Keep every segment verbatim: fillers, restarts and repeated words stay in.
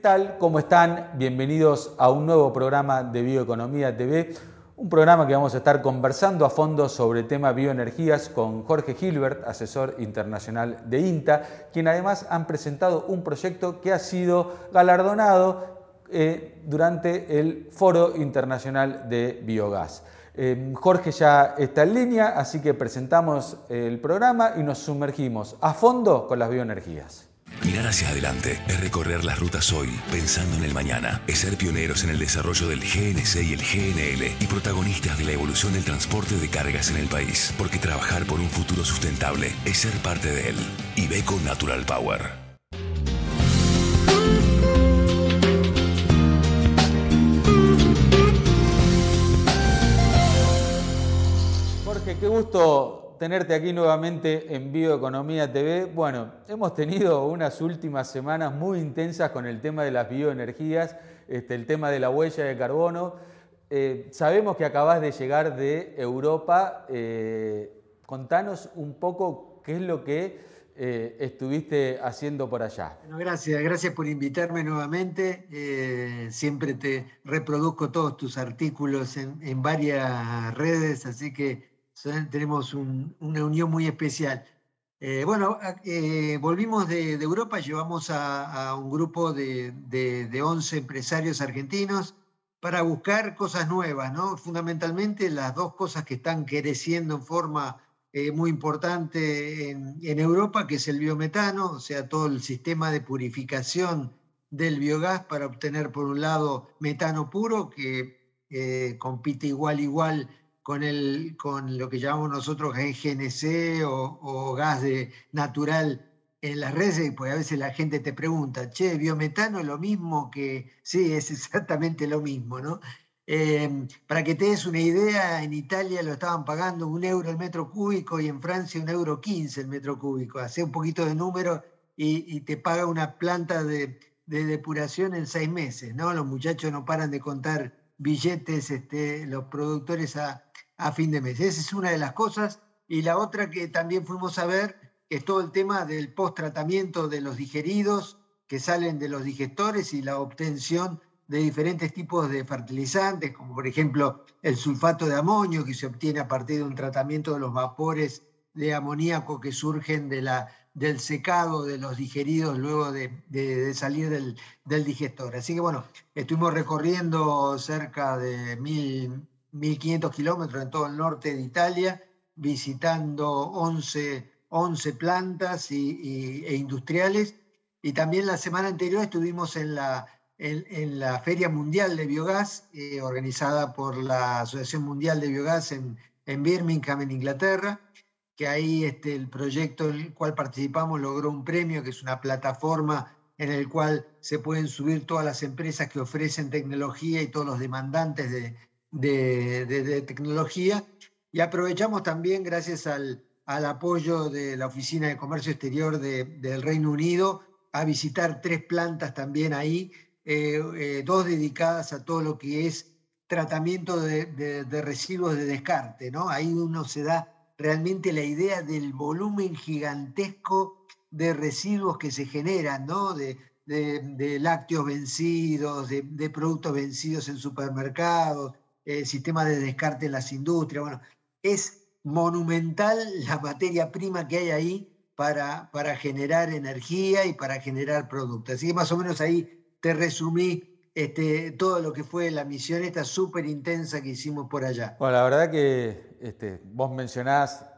tal? ¿Cómo están? Bienvenidos a un nuevo programa de Bioeconomía T V, un programa que vamos a estar conversando a fondo sobre el tema bioenergías con Jorge Gilbert, asesor internacional de INTA, quien además han presentado un proyecto que ha sido galardonado eh, durante el Foro Internacional de Biogás. Eh, Jorge ya está en línea, así que presentamos el programa y nos sumergimos a fondo con las bioenergías. Mirar hacia adelante es recorrer las rutas hoy pensando en el mañana. Es ser pioneros en el desarrollo del G N C y el G N L y protagonistas de la evolución del transporte de cargas en el país. Porque trabajar por un futuro sustentable es ser parte de él. Iveco Natural Power. Jorge, qué gusto tenerte aquí nuevamente en Bioeconomía T V. Bueno, hemos tenido unas últimas semanas muy intensas con el tema de las bioenergías, este, el tema de la huella de carbono. Eh, sabemos que acabas de llegar de Europa. Eh, contanos un poco qué es lo que eh, estuviste haciendo por allá. Bueno, gracias, gracias por invitarme nuevamente. Eh, siempre te reproduzco todos tus artículos en, en varias redes, así que tenemos un, una unión muy especial. Eh, bueno, eh, volvimos de, de Europa, llevamos a, a un grupo de, de, de once empresarios argentinos para buscar cosas nuevas, ¿no? Fundamentalmente las dos cosas que están creciendo en forma eh, muy importante en, en Europa, que es el biometano, o sea, todo el sistema de purificación del biogás para obtener, por un lado, metano puro, que eh, compite igual igual Con, el, con lo que llamamos nosotros G N C o, o gas de, natural en las redes, porque a veces la gente te pregunta, che, ¿biometano es lo mismo que...? Sí, es exactamente lo mismo, ¿no? Eh, para que te des una idea, en Italia lo estaban pagando un euro el metro cúbico y en Francia un euro quince el metro cúbico. Hace un poquito de número y, y te paga una planta de, de depuración en seis meses, ¿no? Los muchachos no paran de contar billetes, este, los productores a a fin de mes. Esa es una de las cosas. Y la otra que también fuimos a ver es todo el tema del post-tratamiento de los digeridos que salen de los digestores y la obtención de diferentes tipos de fertilizantes, como por ejemplo el sulfato de amonio, que se obtiene a partir de un tratamiento de los vapores de amoníaco que surgen de la, del secado de los digeridos luego de, de, de salir del, del digestor. Así que bueno, estuvimos recorriendo cerca de mil... mil quinientos kilómetros en todo el norte de Italia, visitando once, once plantas y, y, e industriales. Y también la semana anterior estuvimos en la, en, en la Feria Mundial de Biogás, eh, organizada por la Asociación Mundial de Biogás en, en Birmingham, en Inglaterra, que ahí este, el proyecto en el cual participamos logró un premio, que es una plataforma en el cual se pueden subir todas las empresas que ofrecen tecnología y todos los demandantes de De, de, de tecnología, y aprovechamos también gracias al, al apoyo de la Oficina de Comercio Exterior de, del Reino Unido a visitar tres plantas también ahí, eh, eh, dos dedicadas a todo lo que es tratamiento de, de, de residuos de descarte, ¿no? Ahí uno se da realmente la idea del volumen gigantesco de residuos que se generan, ¿no? De, de, de lácteos vencidos, de, de productos vencidos en supermercados, el sistema de descarte en las industrias. Bueno, es monumental la materia prima que hay ahí para, para generar energía y para generar productos. Así que más o menos ahí te resumí este, todo lo que fue la misión esta súper intensa que hicimos por allá. Bueno, la verdad que este, vos mencionás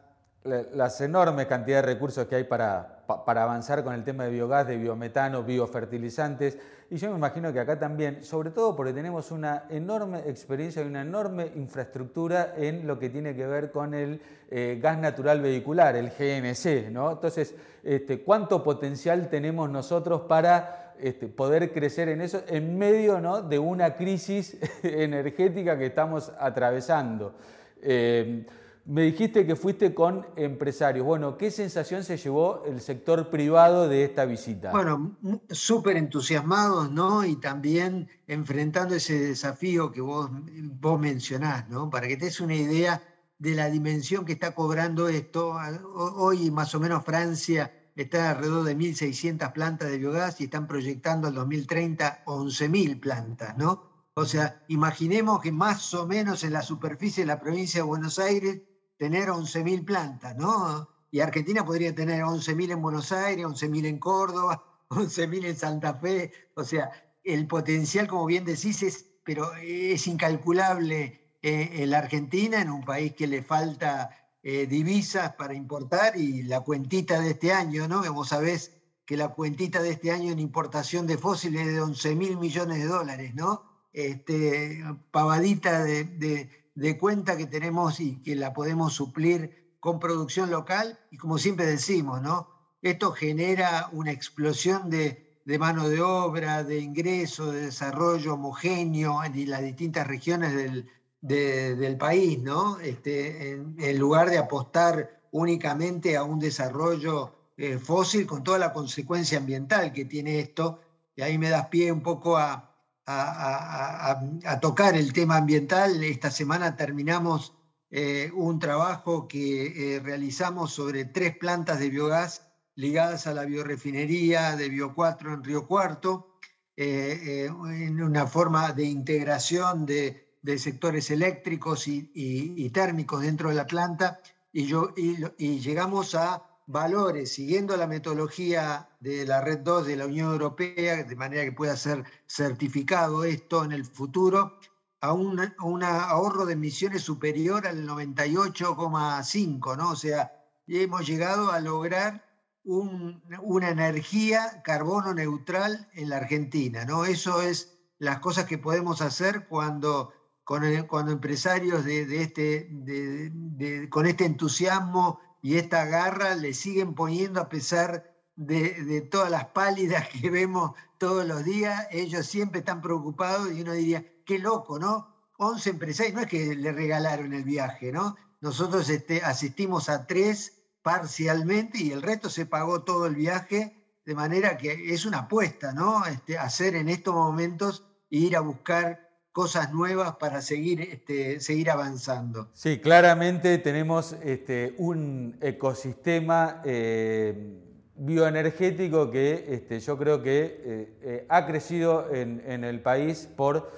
las enormes cantidades de recursos que hay para, para avanzar con el tema de biogás, de biometano, biofertilizantes. Y yo me imagino que acá también, sobre todo porque tenemos una enorme experiencia y una enorme infraestructura en lo que tiene que ver con el eh, gas natural vehicular, el G N C, ¿no? Entonces, este, ¿cuánto potencial tenemos nosotros para este, poder crecer en eso en medio, ¿no?, de una crisis energética que estamos atravesando? Eh, Me dijiste que fuiste con empresarios. Bueno, ¿qué sensación se llevó el sector privado de esta visita? Bueno, súper entusiasmados, ¿no? Y también enfrentando ese desafío que vos, vos mencionás, ¿no? Para que te des una idea de la dimensión que está cobrando esto. Hoy más o menos Francia están alrededor de mil seiscientas plantas de biogás y están proyectando al dos mil treinta once mil plantas, ¿no? O sea, imaginemos que más o menos en la superficie de la provincia de Buenos Aires tener once mil plantas, ¿no? Y Argentina podría tener once mil en Buenos Aires, once mil en Córdoba, once mil en Santa Fe. O sea, el potencial, como bien decís, es, pero es incalculable eh, en la Argentina, en un país que le falta eh, divisas para importar, y la cuentita de este año, ¿no? Vos sabés que la cuentita de este año en importación de fósiles es de once mil millones de dólares, ¿no? Este, pavadita de, de, de cuenta que tenemos y que la podemos suplir con producción local, y como siempre decimos, ¿no? Esto genera una explosión de, de mano de obra, de ingreso, de desarrollo homogéneo en las distintas regiones del, de, del país, ¿no? Este, en, en lugar de apostar únicamente a un desarrollo eh, fósil con toda la consecuencia ambiental que tiene esto. Y ahí me das pie un poco a A, a, a tocar el tema ambiental. Esta semana terminamos eh, un trabajo que eh, realizamos sobre tres plantas de biogás ligadas a la biorefinería de Bio cuatro en Río Cuarto, eh, eh, en una forma de integración de, de sectores eléctricos y, y, y térmicos dentro de la planta, y, yo, y, y llegamos a valores, siguiendo la metodología de la Red dos de la Unión Europea, de manera que pueda ser certificado esto en el futuro, a un, a un ahorro de emisiones superior al noventa y ocho coma cinco, ¿no? O sea, hemos llegado a lograr un, una energía carbono neutral en la Argentina, ¿no? Eso es las cosas que podemos hacer cuando, cuando, cuando empresarios de, de este, de, de, con este entusiasmo y esta garra le siguen poniendo, a pesar de, de todas las pálidas que vemos todos los días. Ellos siempre están preocupados, y uno diría, qué loco, ¿no? once empresarios, no es que le regalaron el viaje, ¿no? Nosotros este, asistimos a tres parcialmente y el resto se pagó todo el viaje, de manera que es una apuesta, ¿no? Este, hacer en estos momentos e ir a buscar cosas nuevas para seguir, este, seguir avanzando. Sí, claramente tenemos este, un ecosistema eh, bioenergético que este, yo creo que eh, eh, ha crecido en, en el país por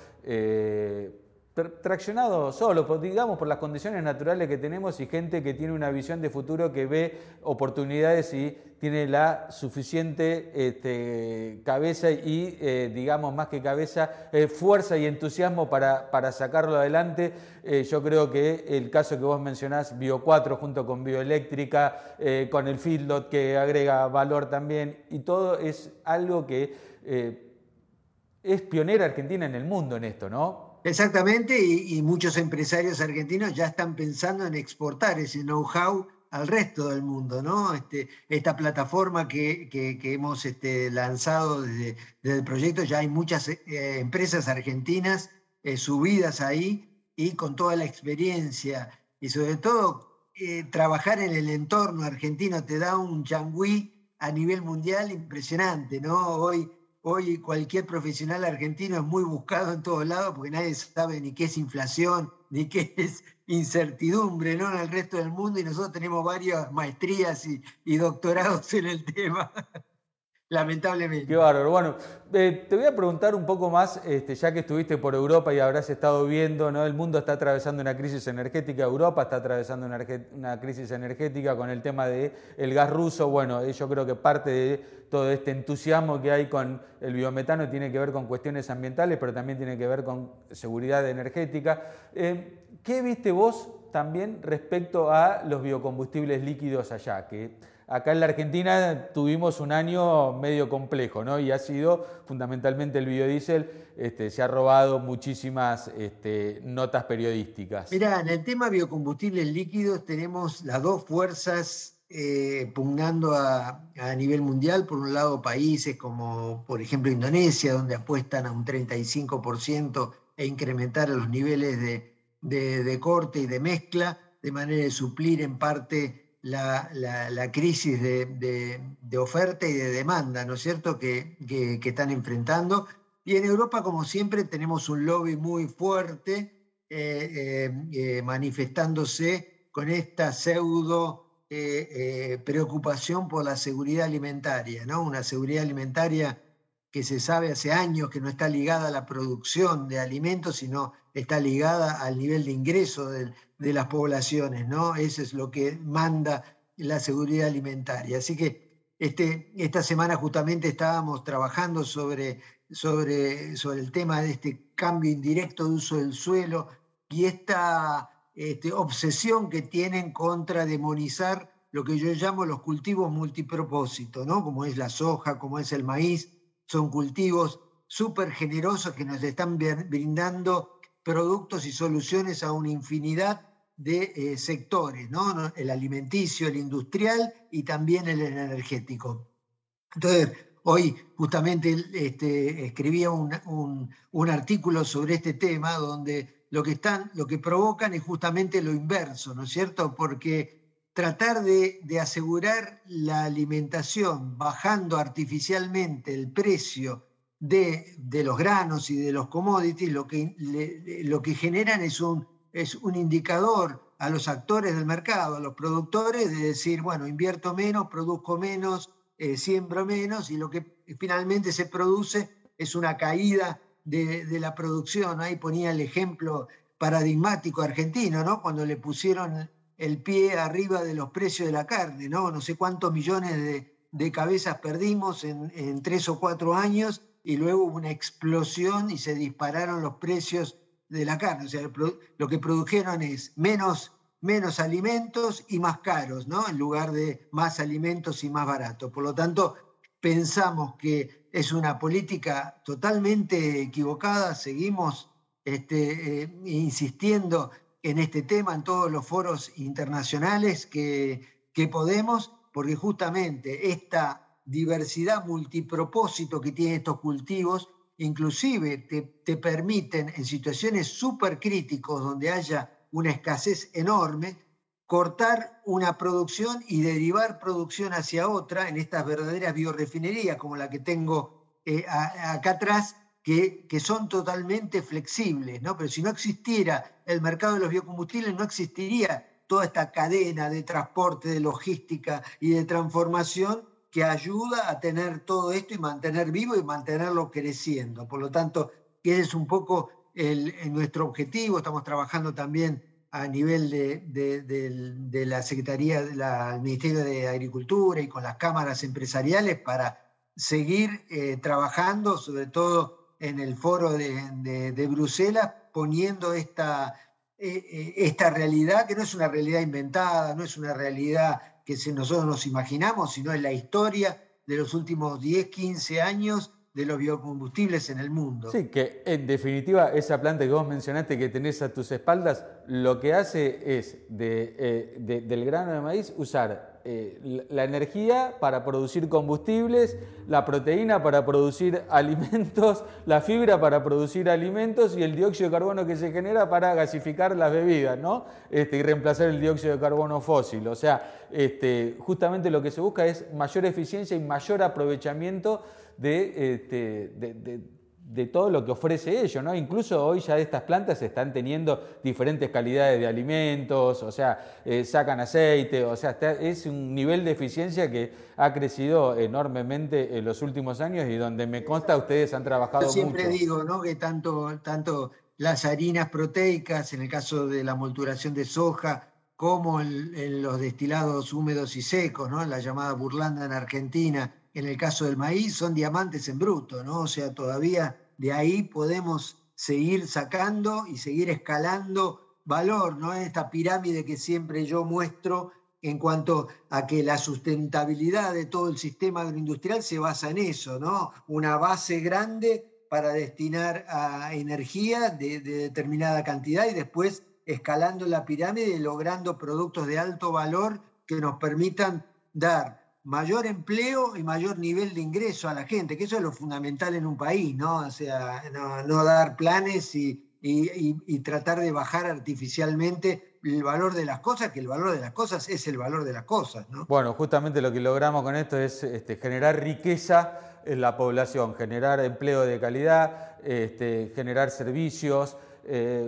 eh, traccionado solo, por, digamos, por las condiciones naturales que tenemos, y gente que tiene una visión de futuro, que ve oportunidades y tiene la suficiente este, cabeza y, eh, digamos, más que cabeza, eh, fuerza y entusiasmo para, para sacarlo adelante. Eh, yo creo que el caso que vos mencionás, Bio cuatro junto con Bioeléctrica, eh, con el feedlot que agrega valor también, y todo es algo que eh, es pionera Argentina en el mundo en esto, ¿no? Exactamente, y, y muchos empresarios argentinos ya están pensando en exportar ese know-how al resto del mundo, ¿no? Este, esta plataforma que, que, que hemos este, lanzado desde, desde el proyecto, ya hay muchas eh, empresas argentinas eh, subidas ahí, y con toda la experiencia, y sobre todo eh, trabajar en el entorno argentino te da un changüí a nivel mundial impresionante, ¿no? Hoy Hoy cualquier profesional argentino es muy buscado en todos lados, porque nadie sabe ni qué es inflación, ni qué es incertidumbre, ¿no?, en el resto del mundo, y nosotros tenemos varias maestrías y, y doctorados en el tema. Lamentablemente. Qué bárbaro. Bueno, eh, te voy a preguntar un poco más, este, ya que estuviste por Europa y habrás estado viendo, ¿no? El mundo está atravesando una crisis energética, Europa está atravesando una, una crisis energética con el tema del gas ruso. Bueno, yo creo que parte de todo este entusiasmo que hay con el biometano tiene que ver con cuestiones ambientales, pero también tiene que ver con seguridad energética. Eh, ¿Qué viste vos también respecto a los biocombustibles líquidos allá? Que acá en la Argentina tuvimos un año medio complejo, ¿no? Y ha sido fundamentalmente el biodiesel, este, se ha robado muchísimas este, notas periodísticas. Mirá, en el tema biocombustibles líquidos tenemos las dos fuerzas eh, pugnando a, a nivel mundial. Por un lado, países como, por ejemplo, Indonesia, donde apuestan a un treinta y cinco por ciento e incrementar los niveles de, de, de corte y de mezcla, de manera de suplir en parte La, la, la crisis de, de, de oferta y de demanda, ¿no es cierto?, que, que, que están enfrentando. Y en Europa, como siempre, tenemos un lobby muy fuerte eh, eh, eh, manifestándose con esta pseudo eh, eh, preocupación por la seguridad alimentaria, ¿no? Una seguridad alimentaria que se sabe hace años que no está ligada a la producción de alimentos, sino está ligada al nivel de ingreso de, de las poblaciones, ¿no? Eso es lo que manda la seguridad alimentaria. Así que este, esta semana justamente estábamos trabajando sobre, sobre, sobre el tema de este cambio indirecto de uso del suelo y esta este, obsesión que tienen contra demonizar lo que yo llamo los cultivos multipropósito, ¿no? Como es la soja, como es el maíz. Son cultivos súper generosos que nos están brindando productos y soluciones a una infinidad de eh, sectores, ¿no? El alimenticio, el industrial y también el energético. Entonces, hoy justamente este, escribía un, un, un artículo sobre este tema donde lo que, están, lo que provocan es justamente lo inverso, ¿no es cierto? Porque tratar de, de asegurar la alimentación bajando artificialmente el precio de, de los granos y de los commodities, lo que, le, lo que generan es un, es un indicador a los actores del mercado, a los productores, de decir, bueno, invierto menos, produzco menos, eh, siembro menos, y lo que finalmente se produce es una caída de, de la producción. Ahí ponía el ejemplo paradigmático argentino, ¿no? Cuando le pusieron el pie arriba de los precios de la carne, ¿no? No sé cuántos millones de, de cabezas perdimos en, en tres o cuatro años y luego hubo una explosión y se dispararon los precios de la carne. O sea, lo que produjeron es menos, menos alimentos y más caros, ¿no? En lugar de más alimentos y más baratos. Por lo tanto, pensamos que es una política totalmente equivocada. Seguimos este, eh, insistiendo en este tema en todos los foros internacionales que, que podemos, porque justamente esta diversidad multipropósito que tienen estos cultivos, inclusive te, te permiten en situaciones súper críticas donde haya una escasez enorme, cortar una producción y derivar producción hacia otra en estas verdaderas biorefinerías como la que tengo eh, a, acá atrás, Que, que son totalmente flexibles, ¿no? Pero si no existiera el mercado de los biocombustibles, no existiría toda esta cadena de transporte, de logística y de transformación que ayuda a tener todo esto y mantener vivo y mantenerlo creciendo. Por lo tanto, ese es un poco el, el nuestro objetivo. Estamos trabajando también a nivel de, de, de, de la Secretaría, del Ministerio de Agricultura y con las cámaras empresariales para seguir eh, trabajando, sobre todo en el foro de, de, de Bruselas, poniendo esta, eh, esta realidad, que no es una realidad inventada, no es una realidad que se, nosotros nos imaginamos, sino es la historia de los últimos diez, quince años de los biocombustibles en el mundo. Sí, que en definitiva esa planta que vos mencionaste que tenés a tus espaldas, lo que hace es de, eh, de, del grano de maíz usar eh, la energía para producir combustibles, la proteína para producir alimentos, la fibra para producir alimentos y el dióxido de carbono que se genera para gasificar las bebidas, ¿no? Este, y reemplazar el dióxido de carbono fósil. O sea, este, justamente lo que se busca es mayor eficiencia y mayor aprovechamiento de, este, de, de, de todo lo que ofrece ello, ¿no? Incluso hoy ya estas plantas están teniendo diferentes calidades de alimentos, o sea, eh, sacan aceite, o sea, está, es un nivel de eficiencia que ha crecido enormemente en los últimos años y donde me consta ustedes han trabajado mucho. Yo siempre mucho. digo, ¿no? Que tanto, tanto las harinas proteicas, en el caso de la molturación de soja, como en, en los destilados húmedos y secos, ¿no? La llamada burlanda en Argentina, en el caso del maíz, son diamantes en bruto, ¿no? O sea, todavía de ahí podemos seguir sacando y seguir escalando valor, ¿no? En esta pirámide que siempre yo muestro en cuanto a que la sustentabilidad de todo el sistema agroindustrial se basa en eso, ¿no? Una base grande para destinar a energía de, de determinada cantidad y después escalando la pirámide y logrando productos de alto valor que nos permitan dar mayor empleo y mayor nivel de ingreso a la gente, que eso es lo fundamental en un país, ¿no? O sea, no, no dar planes y, y, y, y tratar de bajar artificialmente el valor de las cosas, que el valor de las cosas es el valor de las cosas, ¿no? Bueno, justamente lo que logramos con esto es este, generar riqueza en la población, generar empleo de calidad, este, generar servicios, eh,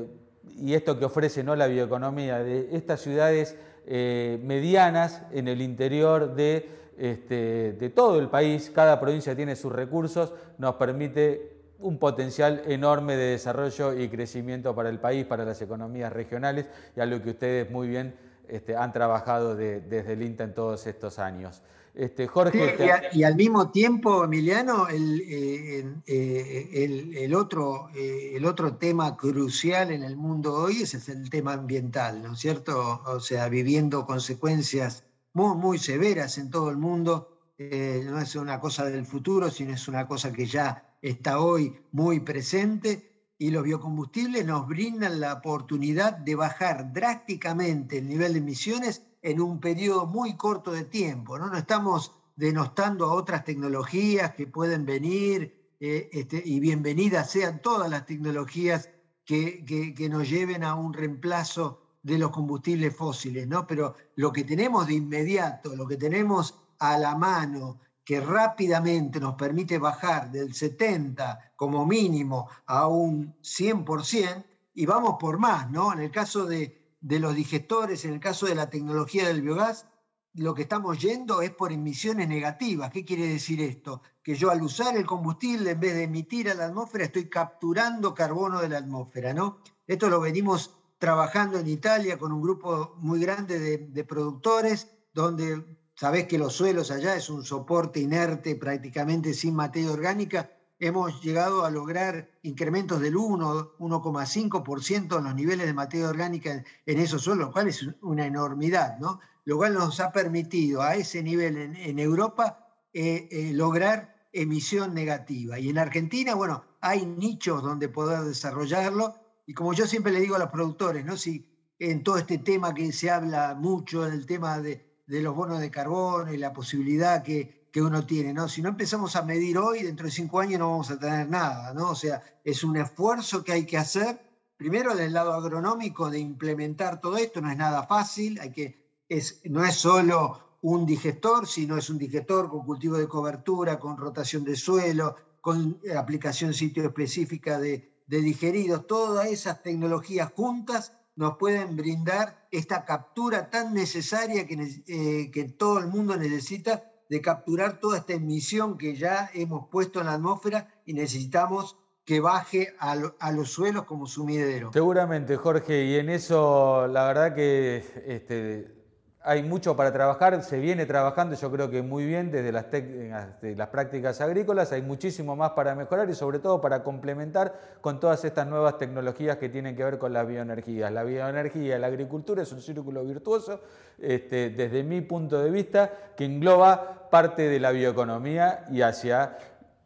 y esto que ofrece, ¿no?, la bioeconomía de estas ciudades eh, medianas en el interior de, este, de todo el país, cada provincia tiene sus recursos, nos permite un potencial enorme de desarrollo y crecimiento para el país, para las economías regionales, y algo que ustedes muy bien este, han trabajado de, desde el INTA en todos estos años. Este, Jorge, sí, te... y, a, y al mismo tiempo, Emiliano, el, eh, eh, el, el, otro, eh, el otro tema crucial en el mundo hoy es el tema ambiental, ¿no es cierto? O sea, viviendo consecuencias muy, muy severas en todo el mundo. Eh, no es una cosa del futuro, sino es una cosa que ya está hoy muy presente, y los biocombustibles nos brindan la oportunidad de bajar drásticamente el nivel de emisiones en un periodo muy corto de tiempo, ¿no? No estamos denostando a otras tecnologías que pueden venir, eh, este, y bienvenidas sean todas las tecnologías que, que, que nos lleven a un reemplazo de los combustibles fósiles, ¿no? Pero lo que tenemos de inmediato, lo que tenemos a la mano, que rápidamente nos permite bajar del setenta como mínimo a un cien por ciento, y vamos por más, ¿no? En el caso de de los digestores, en el caso de la tecnología del biogás, lo que estamos yendo es por emisiones negativas. ¿Qué quiere decir esto? Que yo al usar el combustible, en vez de emitir a la atmósfera, estoy capturando carbono de la atmósfera, ¿no? Esto lo venimos trabajando en Italia con un grupo muy grande de, de productores, donde sabés que los suelos allá es un soporte inerte prácticamente sin materia orgánica. Hemos llegado a lograr incrementos del uno, uno coma cinco por ciento en los niveles de materia orgánica en, en esos suelos, lo cual es una enormidad, ¿no? Lo cual nos ha permitido a ese nivel en, en Europa eh, eh, lograr emisión negativa. Y en Argentina, bueno, hay nichos donde poder desarrollarlo, y como yo siempre le digo a los productores, ¿no? Si en todo este tema que se habla mucho, el tema de, de los bonos de carbono y la posibilidad que que uno tiene, ¿no? Si no empezamos a medir hoy, dentro de cinco años no vamos a tener nada, ¿no? O sea, es un esfuerzo que hay que hacer, primero del lado agronómico, de implementar todo esto, no es nada fácil, hay que, es, no es solo un digestor, sino es un digestor con cultivo de cobertura, con rotación de suelo, con aplicación sitio específica de, de digeridos, todas esas tecnologías juntas nos pueden brindar esta captura tan necesaria que, eh, que todo el mundo necesita, de capturar toda esta emisión que ya hemos puesto en la atmósfera, y necesitamos que baje a, lo, a los suelos como sumidero. Seguramente, Jorge, y en eso la verdad que este, hay mucho para trabajar, se viene trabajando yo creo que muy bien desde las, desde las prácticas agrícolas, hay muchísimo más para mejorar y sobre todo para complementar con todas estas nuevas tecnologías que tienen que ver con las bioenergías. La bioenergía y la agricultura es un círculo virtuoso, este, desde mi punto de vista, que engloba parte de la bioeconomía y hacia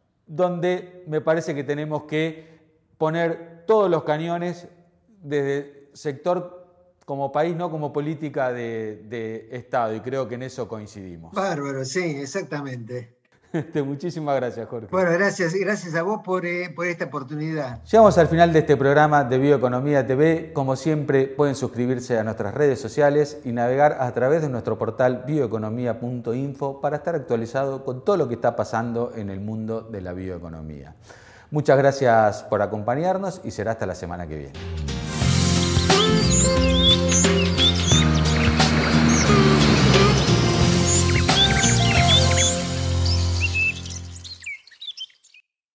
donde me parece que tenemos que poner todos los cañones desde sector como país, no como política de, de Estado, y creo que en eso coincidimos. Bárbaro, sí, exactamente. Este, muchísimas gracias, Jorge. Bueno, gracias, gracias a vos por, eh, por esta oportunidad. Llegamos al final de este programa de Bioeconomía T V. Como siempre, pueden suscribirse a nuestras redes sociales y navegar a través de nuestro portal bioeconomía punto info para estar actualizado con todo lo que está pasando en el mundo de la bioeconomía. Muchas gracias por acompañarnos y será hasta la semana que viene.